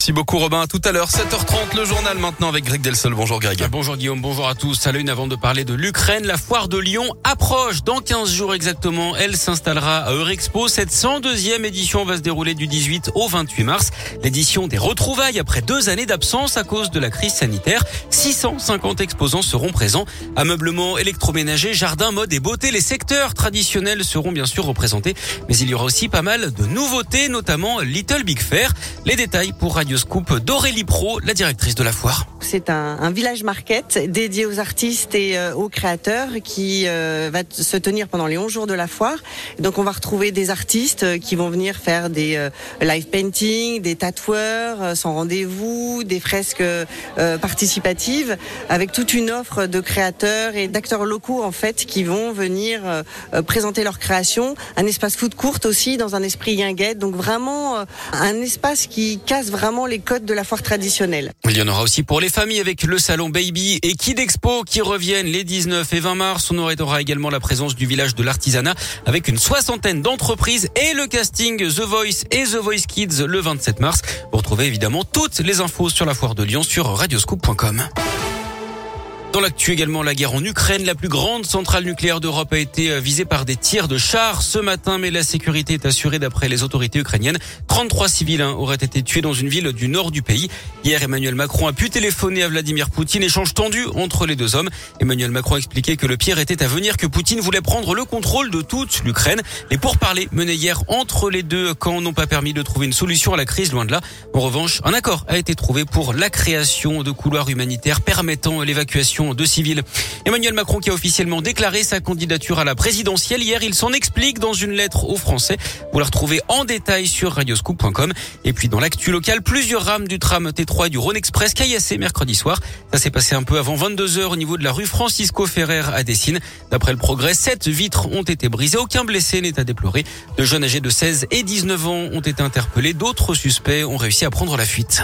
Merci beaucoup Robin. À tout à l'heure, 7h30, le journal maintenant avec Greg Delsol. Bonjour Greg. Bonjour Guillaume, bonjour à tous. À l'une avant de parler de l'Ukraine, la foire de Lyon approche. Dans 15 jours exactement, elle s'installera à Eurexpo. Cette 102e édition va se dérouler du 18 au 28 mars. L'édition des retrouvailles après 2 années d'absence à cause de la crise sanitaire. 650 exposants seront présents. Ameublement, électroménager, jardin, mode et beauté. Les secteurs traditionnels seront bien sûr représentés. Mais il y aura aussi pas mal de nouveautés, notamment Little Big Fair. Les détails pour Radio Scoop d'Aurélie Pro, la directrice de la foire. C'est un village market dédié aux artistes et aux créateurs qui va se tenir pendant les 11 jours de la foire. Donc on va retrouver des artistes qui vont venir faire des live painting, des tatoueurs sans rendez-vous, des fresques participatives avec toute une offre de créateurs et d'acteurs locaux en fait qui vont venir présenter leurs créations. Un espace food court aussi dans un esprit guinguette. Donc vraiment un espace qui casse vraiment les codes de la foire traditionnelle. Il y en aura aussi pour les familles avec le salon Baby et Kid Expo qui reviennent les 19 et 20 mars. On aura également la présence du village de l'artisanat avec une 60aine d'entreprises et le casting The Voice et The Voice Kids le 27 mars. Vous retrouvez évidemment toutes les infos sur la foire de Lyon sur radioscoop.com. Dans l'actu également, la guerre en Ukraine. La plus grande centrale nucléaire d'Europe a été visée par des tirs de chars ce matin, mais la sécurité est assurée d'après les autorités ukrainiennes. 33 civils auraient été tués dans une ville du nord du pays. Hier, Emmanuel Macron a pu téléphoner à Vladimir Poutine, échange tendu entre les deux hommes. Emmanuel Macron a expliqué que le pire était à venir, que Poutine voulait prendre le contrôle de toute l'Ukraine. Les pourparlers menés hier entre les deux camps n'ont pas permis de trouver une solution à la crise, loin de là. En revanche, un accord a été trouvé pour la création de couloirs humanitaires permettant l'évacuation de civils. Emmanuel Macron qui a officiellement déclaré sa candidature à la présidentielle. Hier, il s'en explique dans une lettre aux Français. Vous la retrouvez en détail sur radioscoop.com. Et puis dans l'actu locale, plusieurs rames du tram T3 et du Rhône Express caillassées mercredi soir. Ça s'est passé un peu avant 22h au niveau de la rue Francisco Ferrer à Dessines. D'après le Progrès, 7 vitres ont été brisées. Aucun blessé n'est à déplorer. De jeunes âgés de 16 et 19 ans ont été interpellés. D'autres suspects ont réussi à prendre la fuite.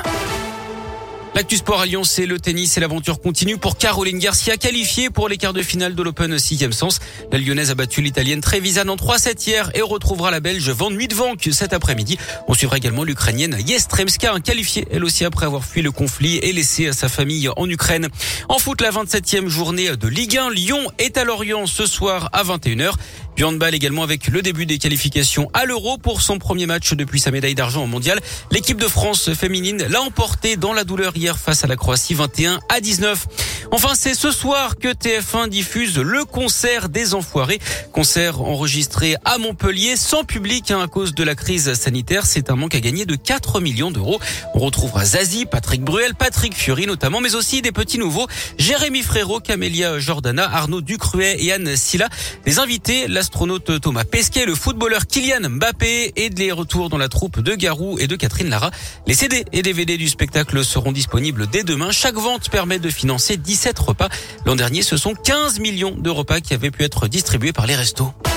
L'actu sport à Lyon, c'est le tennis et l'aventure continue pour Caroline Garcia, qualifiée pour les quarts de finale de l'Open 6e sens. La Lyonnaise a battu l'Italienne Trevisan en 3-7 hier et retrouvera la Belge Van Nuitvank cet après-midi. On suivra également l'Ukrainienne Yestremska, qualifiée elle aussi après avoir fui le conflit et laissé sa famille en Ukraine. En foot, la 27e journée de Ligue 1, Lyon est à Lorient ce soir à 21h. Puis handball également avec le début des qualifications à l'Euro pour son premier match depuis sa médaille d'argent au mondial. L'équipe de France féminine l'a emporté dans la douleur hier face à la Croatie 21-19. Enfin, c'est ce soir que TF1 diffuse le concert des Enfoirés. Concert enregistré à Montpellier sans public à cause de la crise sanitaire. C'est un manque à gagner de 4 millions d'euros. On retrouvera Zazie, Patrick Bruel, Patrick Fiori notamment, mais aussi des petits nouveaux. Jérémy Frérot, Camélia Jordana, Arnaud Ducruet et Anne Silla. Les invités, l'astronaute Thomas Pesquet, le footballeur Kylian Mbappé et des retours dans la troupe de Garou et de Catherine Lara. Les CD et DVD du spectacle seront disponibles dès demain. Chaque vente permet de financer 17 repas. L'an dernier, ce sont 15 millions de repas qui avaient pu être distribués par les restos.